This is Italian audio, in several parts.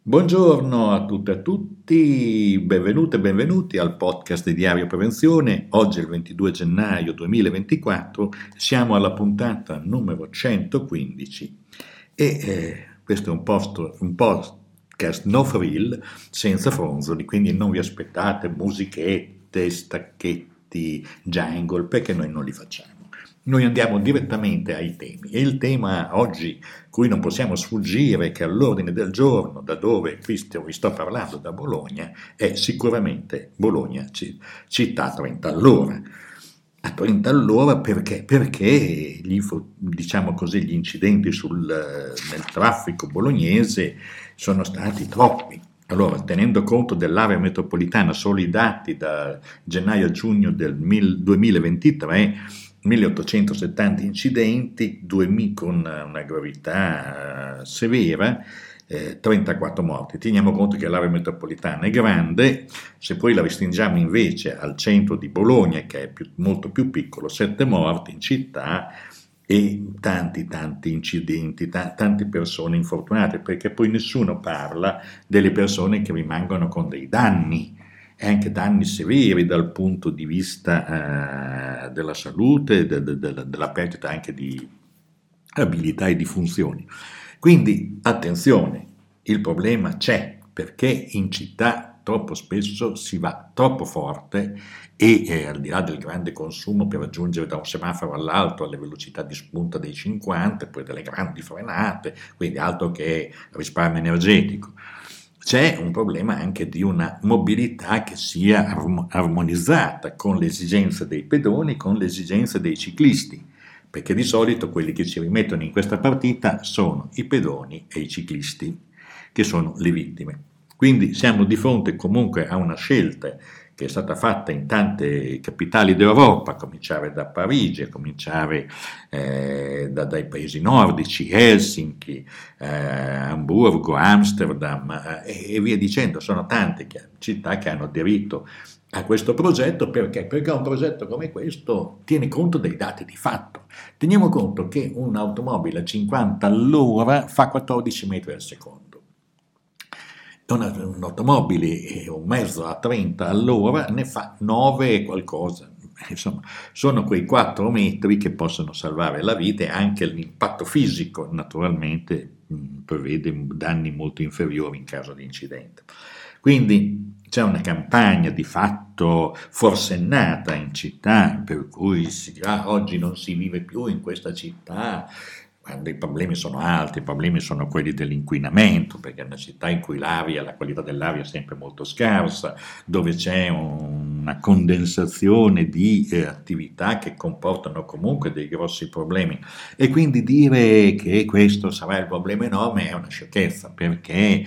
Buongiorno a tutte e a tutti, benvenute e benvenuti al podcast di Diario Prevenzione. Oggi è il 22 gennaio 2024, siamo alla puntata numero 115 e questo è un podcast no frill, senza fronzoli, quindi non vi aspettate musichette, stacchetti, jingle, perché noi non li facciamo. Noi andiamo direttamente ai temi e il tema oggi cui non possiamo sfuggire, che all'ordine del giorno, da dove vi sto parlando, da Bologna, è sicuramente Bologna, città 30 all'ora. A 30 all'ora perché? Perché diciamo così, gli incidenti nel traffico bolognese sono stati troppi. Allora, tenendo conto dell'area metropolitana, solo i dati da gennaio a giugno del 2023, 1870 incidenti, 2000 con una gravità severa, 34 morti. Teniamo conto che l'area metropolitana è grande, se poi la restringiamo invece al centro di Bologna, che è molto più piccolo, 7 morti in città e tanti incidenti, tante persone infortunate, perché poi nessuno parla delle persone che rimangono con dei danni, e anche danni severi dal punto di vista della salute, della perdita anche di abilità e di funzioni. Quindi attenzione, il problema c'è, perché in città troppo spesso si va troppo forte e al di là del grande consumo per raggiungere da un semaforo all'altro alle velocità di spunta dei 50, poi delle grandi frenate, quindi altro che risparmio energetico. C'è un problema anche di una mobilità che sia armonizzata con le esigenze dei pedoni, con le esigenze dei ciclisti, perché di solito quelli che si rimettono in questa partita sono i pedoni e i ciclisti, che sono le vittime. Quindi siamo di fronte comunque a una scelta che è stata fatta in tante capitali d'Europa, a cominciare da Parigi, a cominciare dai paesi nordici, Helsinki, Amburgo, Amsterdam e via dicendo. Sono tante città che hanno aderito a questo progetto perché un progetto come questo tiene conto dei dati di fatto. Teniamo conto che un'automobile a 50 all'ora fa 14 metri al secondo. Un'automobile e un mezzo a 30 all'ora ne fa 9 e qualcosa. Insomma, sono quei 4 metri che possono salvare la vita, e anche l'impatto fisico naturalmente prevede danni molto inferiori in caso di incidente. Quindi c'è una campagna di fatto forsennata in città, per cui si dirà oggi non si vive più in questa città, quando i problemi sono altri, i problemi sono quelli dell'inquinamento, perché è una città in cui la qualità dell'aria è sempre molto scarsa, dove c'è una condensazione di attività che comportano comunque dei grossi problemi, e quindi dire che questo sarà il problema enorme è una sciocchezza, perché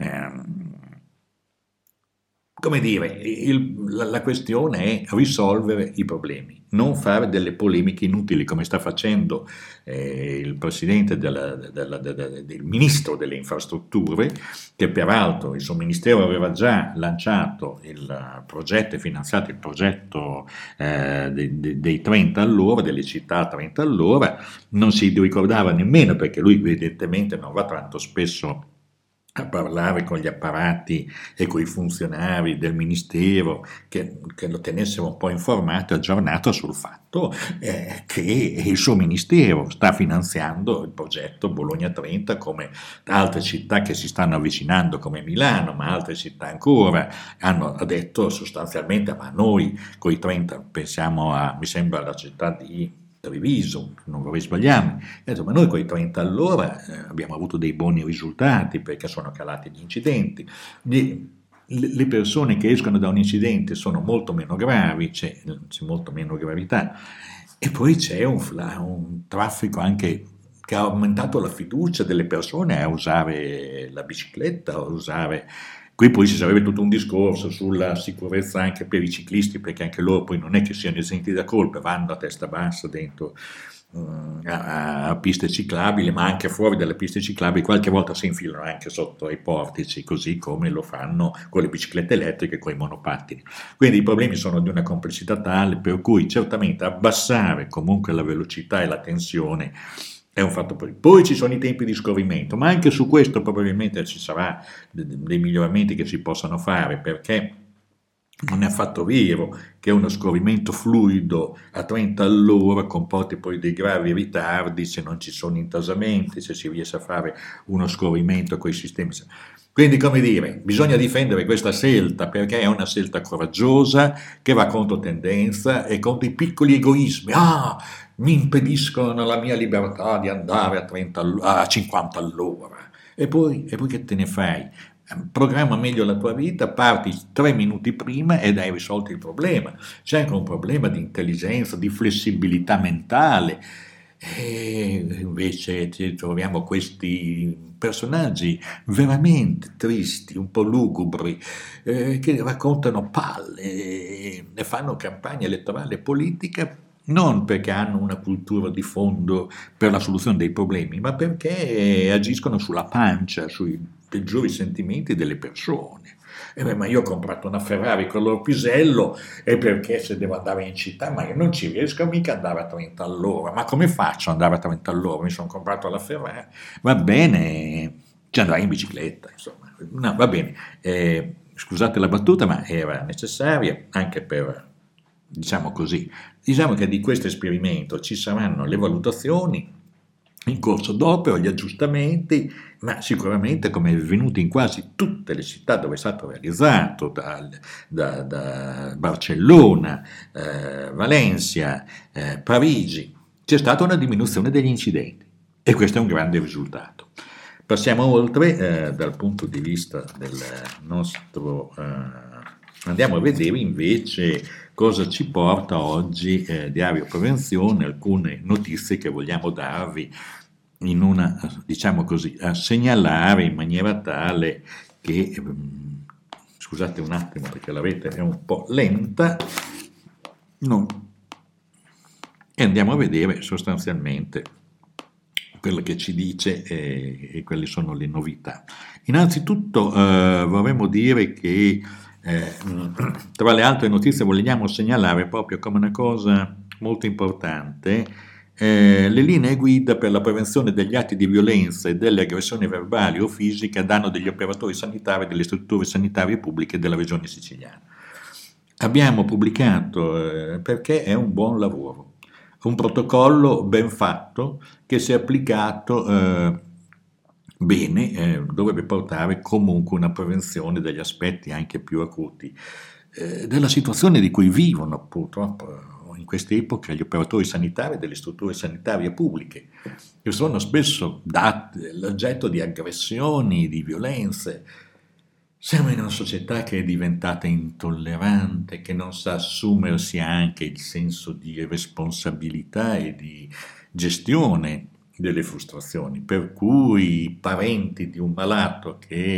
come dire, la questione è risolvere i problemi, non fare delle polemiche inutili come sta facendo il presidente del ministro delle infrastrutture, che peraltro il suo ministero aveva già lanciato il progetto e finanziato il progetto dei 30 all'ora, delle città a 30 all'ora, non si ricordava nemmeno, perché lui evidentemente non va tanto spesso a parlare con gli apparati e con i funzionari del ministero, che lo tenessero un po' informato e aggiornato sul fatto che il suo ministero sta finanziando il progetto Bologna 30, come altre città che si stanno avvicinando come Milano, ma altre città ancora hanno detto sostanzialmente: ma noi con i 30 pensiamo mi sembra alla città di Treviso, non vorrei sbagliarmi, ma noi con i 30 all'ora abbiamo avuto dei buoni risultati perché sono calati gli incidenti, le persone che escono da un incidente sono molto meno gravi, c'è molto meno gravità, e poi c'è un traffico anche che ha aumentato la fiducia delle persone a usare la bicicletta, a usare. Qui poi ci sarebbe tutto un discorso sulla sicurezza anche per i ciclisti, perché anche loro poi non è che siano esenti da colpe, vanno a testa bassa dentro a piste ciclabili, ma anche fuori dalle piste ciclabili qualche volta si infilano anche sotto ai portici, così come lo fanno con le biciclette elettriche e con i monopattini. Quindi i problemi sono di una complessità tale per cui certamente abbassare comunque la velocità e la tensione È un fatto poi ci sono i tempi di scorrimento, ma anche su questo probabilmente ci sarà dei miglioramenti che si possano fare, perché non è affatto vero che uno scorrimento fluido a 30 all'ora comporti poi dei gravi ritardi se non ci sono intasamenti, se si riesce a fare uno scorrimento con i sistemi. Quindi, come dire, bisogna difendere questa scelta perché è una scelta coraggiosa che va contro tendenza e contro i piccoli egoismi. Ah, mi impediscono la mia libertà di andare a 30 a 50 all'ora. E poi che te ne fai? Programma meglio la tua vita, parti 3 minuti prima ed hai risolto il problema. C'è anche un problema di intelligenza, di flessibilità mentale. E invece troviamo questi personaggi veramente tristi, un po' lugubri, che raccontano palle e fanno campagna elettorale e politica non perché hanno una cultura di fondo per la soluzione dei problemi, ma perché agiscono sulla pancia, sui peggiori sentimenti delle persone. Ma io ho comprato una Ferrari con l'orpisello e perché se devo andare in città, ma io non ci riesco mica ad andare a 30 all'ora, ma come faccio ad andare a 30 all'ora? Mi sono comprato la Ferrari, va bene, ci andrai in bicicletta, insomma, no, va bene. Scusate la battuta, ma era necessaria anche per, diciamo così, diciamo che di questo esperimento ci saranno le valutazioni in corso d'opera, gli aggiustamenti, ma sicuramente come è avvenuto in quasi tutte le città dove è stato realizzato, da Barcellona, Valencia, Parigi, c'è stata una diminuzione degli incidenti e questo è un grande risultato. Passiamo oltre dal punto di vista del nostro... andiamo a vedere invece cosa ci porta oggi Diario Prevenzione, alcune notizie che vogliamo darvi in una, diciamo così, a segnalare in maniera tale che, scusate un attimo perché la rete è un po' lenta, no, e andiamo a vedere sostanzialmente quello che ci dice e quelle sono le novità. Innanzitutto vorremmo dire che tra le altre notizie vogliamo segnalare proprio come una cosa molto importante le linee guida per la prevenzione degli atti di violenza e delle aggressioni verbali o fisiche a danno degli operatori sanitari delle strutture sanitarie pubbliche della regione siciliana. Abbiamo pubblicato perché è un buon lavoro, un protocollo ben fatto che se applicato bene dovrebbe portare comunque una prevenzione degli aspetti anche più acuti della situazione di cui vivono purtroppo in questa epoca gli operatori sanitari delle strutture sanitarie pubbliche, che sono spesso l'oggetto di aggressioni, di violenze. Siamo in una società che è diventata intollerante, che non sa assumersi anche il senso di responsabilità e di gestione delle frustrazioni, per cui i parenti di un malato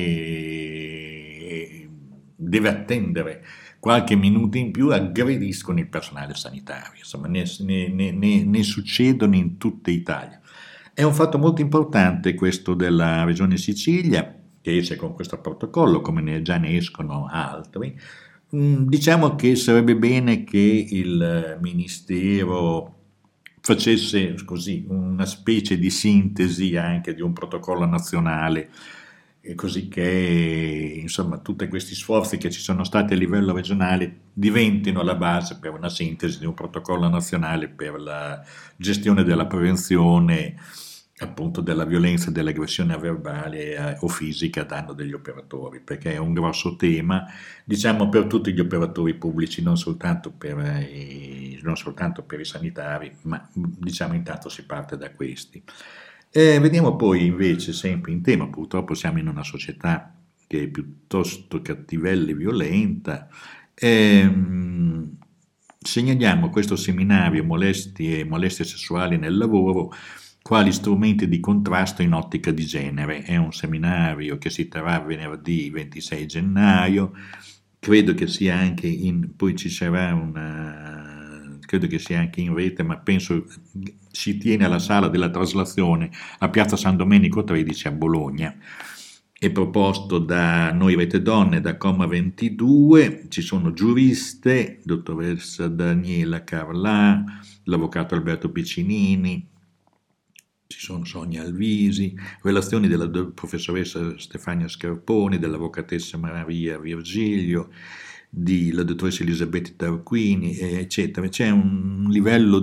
che deve attendere qualche minuto in più aggrediscono il personale sanitario, insomma ne succedono in tutta Italia. È un fatto molto importante questo della Regione Sicilia, che esce con questo protocollo, come già ne escono altri. Diciamo che sarebbe bene che il Ministero facesse così una specie di sintesi anche di un protocollo nazionale, così che insomma tutti questi sforzi che ci sono stati a livello regionale diventino la base per una sintesi di un protocollo nazionale per la gestione della prevenzione appunto della violenza e dell'aggressione verbale o fisica a danno degli operatori, perché è un grosso tema, diciamo per tutti gli operatori pubblici, non soltanto per i sanitari, ma diciamo intanto si parte da questi. Vediamo poi invece sempre in tema, purtroppo siamo in una società che è piuttosto cattivella e violenta, segnaliamo questo seminario molestie sessuali nel lavoro, quali strumenti di contrasto in ottica di genere. È un seminario che si terrà venerdì 26 gennaio, credo che sia anche poi ci sarà credo che sia anche in rete, ma penso si tiene alla sala della traslazione a Piazza San Domenico 13 a Bologna. È proposto da Noi Rete Donne, da Coma 22, ci sono giuriste, dottoressa Daniela Carlà, l'avvocato Alberto Piccinini, ci sono Sonia Alvisi, relazioni della professoressa Stefania Scarponi, dell'avvocatessa Maria Virgilio, della dottoressa Elisabetta Tarquini, eccetera. C'è un livello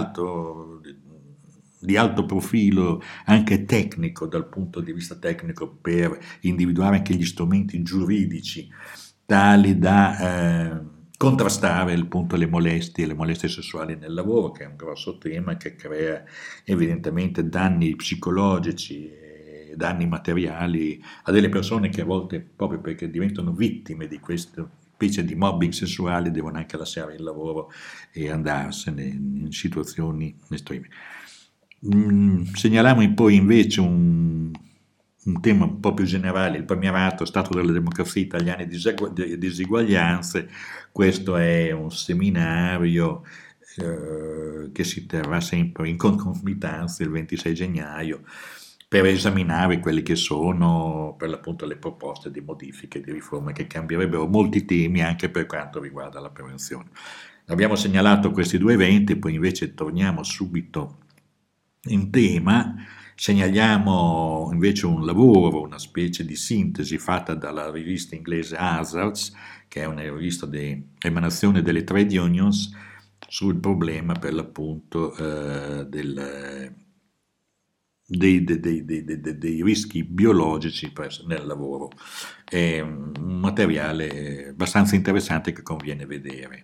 di alto profilo anche tecnico, dal punto di vista tecnico, per individuare anche gli strumenti giuridici tali da contrastare appunto le molestie sessuali nel lavoro, che è un grosso tema che crea evidentemente danni psicologici e danni materiali a delle persone che a volte, proprio perché diventano vittime di questo specie di mobbing sessuale, devono anche lasciare il lavoro e andarsene in situazioni estreme. Segnaliamo poi invece un tema un po' più generale, il premierato, stato della democrazia italiana e diseguaglianze. Questo è un seminario che si terrà sempre in concomitanza il 26 gennaio per esaminare quelle che sono per l'appunto le proposte di modifiche, di riforme che cambierebbero molti temi anche per quanto riguarda la prevenzione. Abbiamo segnalato questi due eventi, poi invece torniamo subito in tema. Segnaliamo invece un lavoro, una specie di sintesi fatta dalla rivista inglese Hazards, che è una rivista di emanazione delle trade unions, sul problema per l'appunto dei rischi biologici nel lavoro. È un materiale abbastanza interessante che conviene vedere.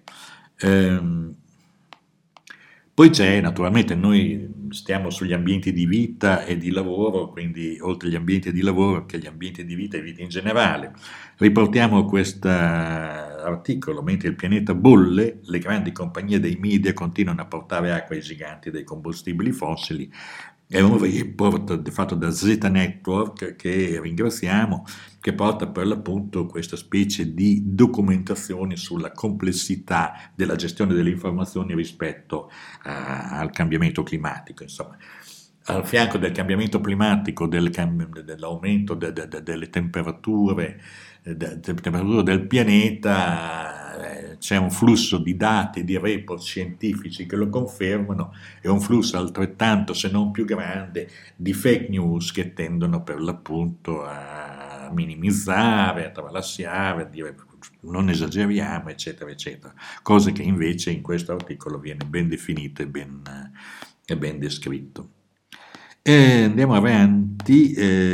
Poi c'è, naturalmente, noi stiamo sugli ambienti di vita e di lavoro, quindi oltre agli ambienti di lavoro anche gli ambienti di vita e vita in generale. Riportiamo questo articolo: mentre il pianeta bolle, le grandi compagnie dei media continuano a portare acqua ai giganti dei combustibili fossili. È un report fatto da Z Network, che ringraziamo, che porta per l'appunto questa specie di documentazione sulla complessità della gestione delle informazioni rispetto al cambiamento climatico. Insomma, al fianco del cambiamento climatico, dell'aumento delle temperature, del pianeta, c'è un flusso di dati, di report scientifici che lo confermano, e un flusso altrettanto, se non più grande, di fake news che tendono per l'appunto a minimizzare, a tralasciare, a dire non esageriamo, eccetera, eccetera. Cose che invece in questo articolo viene ben definito e ben descritto. Andiamo avanti.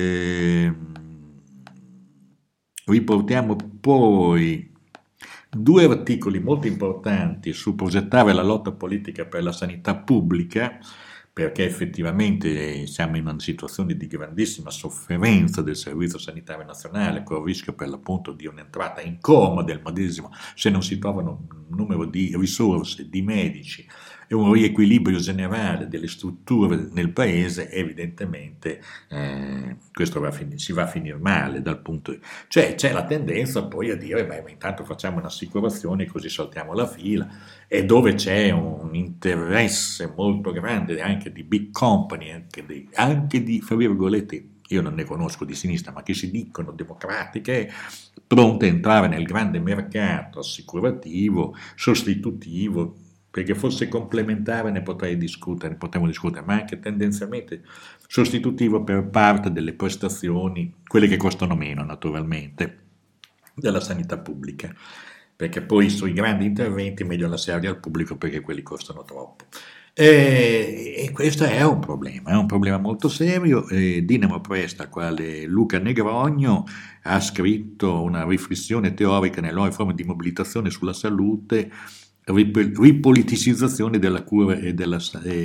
Riportiamo poi due articoli molto importanti su progettare la lotta politica per la sanità pubblica, perché effettivamente siamo in una situazione di grandissima sofferenza del Servizio Sanitario Nazionale, con il rischio per l'appunto di un'entrata in coma del medesimo se non si trovano un numero di risorse, di medici e un riequilibrio generale delle strutture nel paese. Evidentemente questo si va a finire male dal punto cioè c'è la tendenza poi a dire ma intanto facciamo un'assicurazione così saltiamo la fila, e dove c'è un interesse molto grande anche di big company, anche di fra virgolette, io non ne conosco di sinistra, ma che si dicono democratiche, pronte a entrare nel grande mercato assicurativo, sostitutivo, perché fosse complementare ne potremmo discutere, ma anche tendenzialmente sostitutivo per parte delle prestazioni, quelle che costano meno naturalmente, della sanità pubblica, perché poi sui grandi interventi è meglio lasciarli al pubblico perché quelli costano troppo. E questo è un problema molto serio. Dinamo Press, al quale Luca Negrogno ha scritto una riflessione teorica nelle nuove forme di mobilitazione sulla salute, ripoliticizzazione della cura e della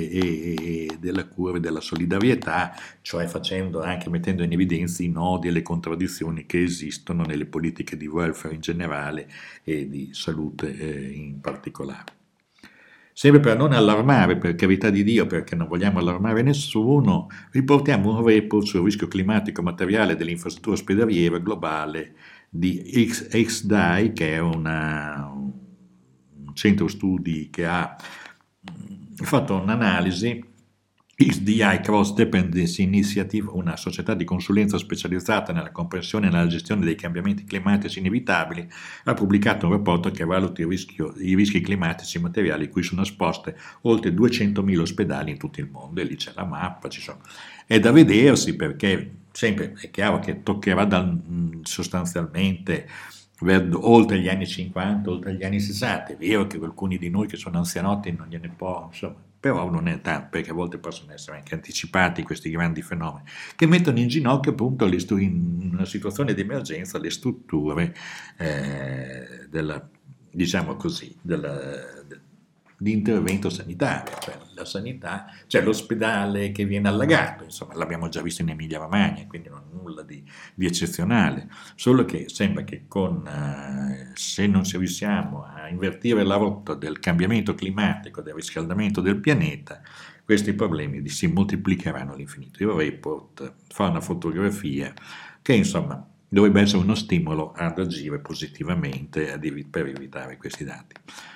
solidarietà, cioè mettendo in evidenza i nodi e le contraddizioni che esistono nelle politiche di welfare in generale e di salute in particolare. Sempre per non allarmare, per carità di Dio, perché non vogliamo allarmare nessuno, riportiamo un report sul rischio climatico materiale dell'infrastruttura ospedaliera globale di XDAI, che è un centro studi che ha fatto un'analisi XDI Cross Dependency Initiative, una società di consulenza specializzata nella comprensione e nella gestione dei cambiamenti climatici inevitabili, ha pubblicato un rapporto che valuta i rischi climatici materiali cui sono esposte oltre 200.000 ospedali in tutto il mondo, e lì c'è la mappa, è da vedersi, perché sempre è chiaro che toccherà sostanzialmente oltre gli anni 50, oltre gli anni 60. È vero che alcuni di noi che sono anzianotti non gliene può, insomma, però non è tanto, perché a volte possono essere anche anticipati questi grandi fenomeni che mettono in ginocchio appunto in una situazione di emergenza le strutture diciamo così, di intervento sanitario, cioè la sanità, cioè l'ospedale che viene allagato, insomma l'abbiamo già visto in Emilia Romagna, quindi non è nulla di eccezionale, solo che sembra che se non si riusciamo a invertire la rotta del cambiamento climatico, del riscaldamento del pianeta, questi problemi si moltiplicheranno all'infinito. Io vorrei fare una fotografia che insomma dovrebbe essere uno stimolo ad agire positivamente per evitare questi dati.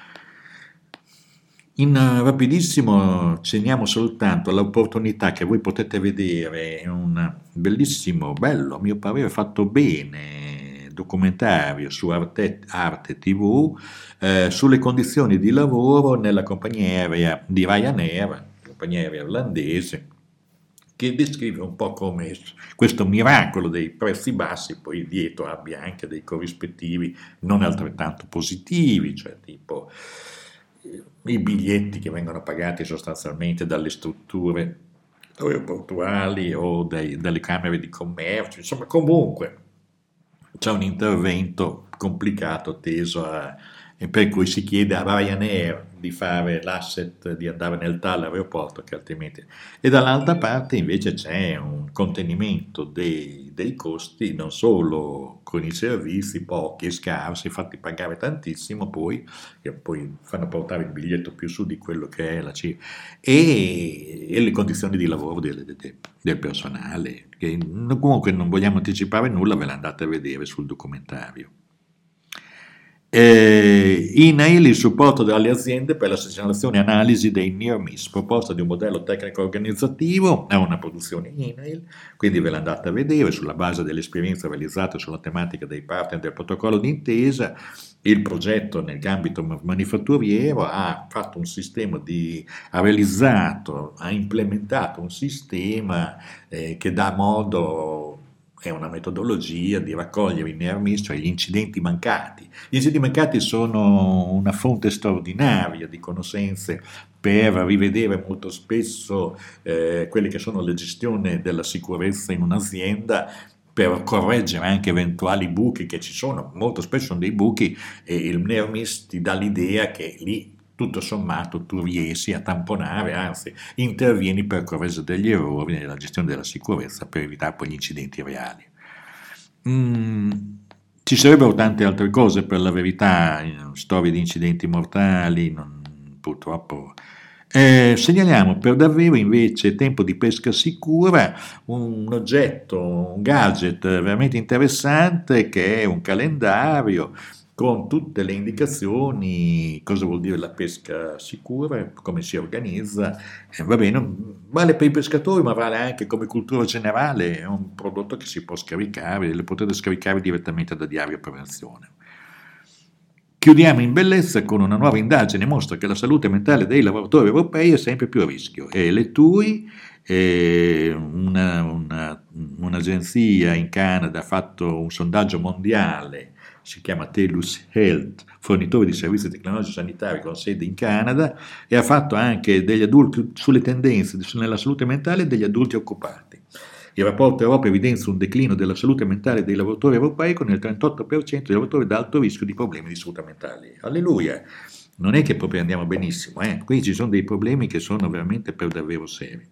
Rapidissimo accenniamo soltanto all'opportunità che voi potete vedere un bellissimo, bello, a mio parere fatto bene, documentario su Arte TV sulle condizioni di lavoro nella compagnia aerea di Ryanair, compagnia aerea irlandese, che descrive un po' come questo miracolo dei prezzi bassi poi dietro abbia anche dei corrispettivi non altrettanto positivi, cioè tipo i biglietti che vengono pagati sostanzialmente dalle strutture aeroportuali o dalle camere di commercio, insomma comunque c'è un intervento complicato e per cui si chiede a Ryanair di fare l'asset di andare nel tale aeroporto che altrimenti... E dall'altra parte invece c'è un contenimento dei costi, non solo con i servizi, pochi e scarsi, fatti pagare tantissimo che poi fanno portare il biglietto più su di quello che è la cifra, e le condizioni di lavoro del personale, che comunque non vogliamo anticipare nulla, ve l'andate a vedere sul documentario. INAIL, il supporto alle aziende per la segnalazione e analisi dei near miss, proposta di un modello tecnico organizzativo, è una produzione INAIL, quindi ve l'andate a vedere sulla base delle esperienze realizzate sulla tematica dei partner del protocollo d'intesa. Il progetto nell'ambito manifatturiero ha implementato un sistema che dà modo, è una metodologia di raccogliere i near miss, cioè gli incidenti mancati. Gli incidenti mancati sono una fonte straordinaria di conoscenze per rivedere molto spesso quelle che sono le gestioni della sicurezza in un'azienda, per correggere anche eventuali buchi che ci sono. Molto spesso sono dei buchi e il near miss ti dà l'idea che lì tutto sommato tu riesci a tamponare, anzi intervieni per correggere degli errori nella gestione della sicurezza per evitare poi gli incidenti reali. Ci sarebbero tante altre cose, per la verità, storie di incidenti mortali, purtroppo. Segnaliamo per davvero invece Tempo di pesca sicura, un gadget veramente interessante che è un calendario con tutte le indicazioni, cosa vuol dire la pesca sicura, come si organizza, va bene, vale per i pescatori ma vale anche come cultura generale, è un prodotto che si può scaricare, lo potete scaricare direttamente da Diario Prevenzione. Chiudiamo in bellezza con una nuova indagine, mostra che la salute mentale dei lavoratori europei è sempre più a rischio. E le TUI, un'agenzia in Canada, ha fatto un sondaggio mondiale, si chiama TELUS Health, fornitore di servizi tecnologici sanitari con sede in Canada, e ha fatto anche degli adulti sulle tendenze nella salute mentale degli adulti occupati. Il rapporto Europa evidenzia un declino della salute mentale dei lavoratori europei con il 38% dei lavoratori ad alto rischio di problemi di salute mentale. Alleluia! Non è che proprio andiamo benissimo, qui ci sono dei problemi che sono veramente per davvero seri.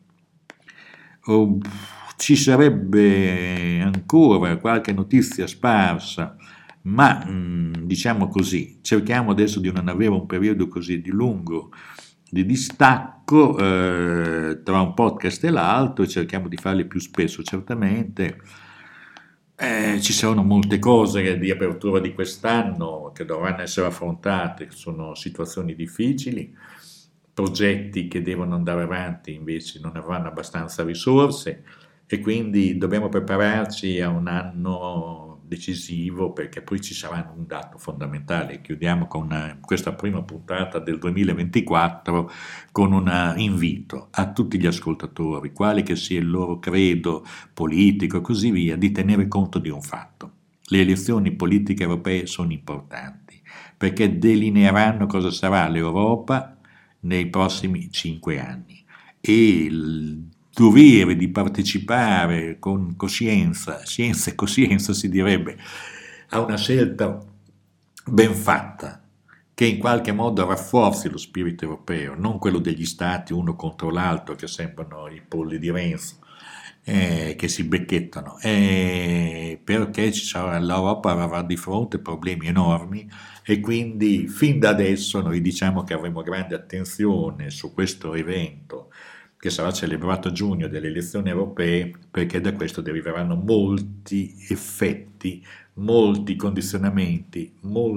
Ci sarebbe ancora qualche notizia sparsa, ma diciamo così, cerchiamo adesso di non avere un periodo così di lungo di distacco tra un podcast e l'altro, e cerchiamo di farli più spesso. Certamente ci sono molte cose di apertura di quest'anno che dovranno essere affrontate, sono situazioni difficili, progetti che devono andare avanti invece non avranno abbastanza risorse e quindi dobbiamo prepararci a un anno decisivo perché poi ci sarà un dato fondamentale. Chiudiamo con questa prima puntata del 2024 con un invito a tutti gli ascoltatori, quale che sia il loro credo politico e così via, di tenere conto di un fatto. Le elezioni politiche europee sono importanti perché delineeranno cosa sarà l'Europa nei prossimi 5 anni e il dovere di partecipare con coscienza, scienza e coscienza si direbbe, a una scelta ben fatta che in qualche modo rafforzi lo spirito europeo, non quello degli stati uno contro l'altro che sembrano i polli di Renzo, che si becchettano, perché l'Europa avrà di fronte problemi enormi e quindi fin da adesso noi diciamo che avremo grande attenzione su questo evento che sarà celebrato a giugno delle elezioni europee, perché da questo deriveranno molti effetti, molti condizionamenti,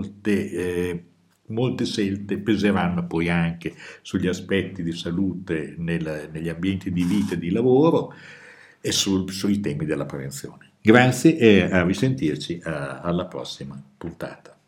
molte scelte peseranno poi anche sugli aspetti di salute negli ambienti di vita e di lavoro e sui temi della prevenzione. Grazie e a risentirci alla prossima puntata.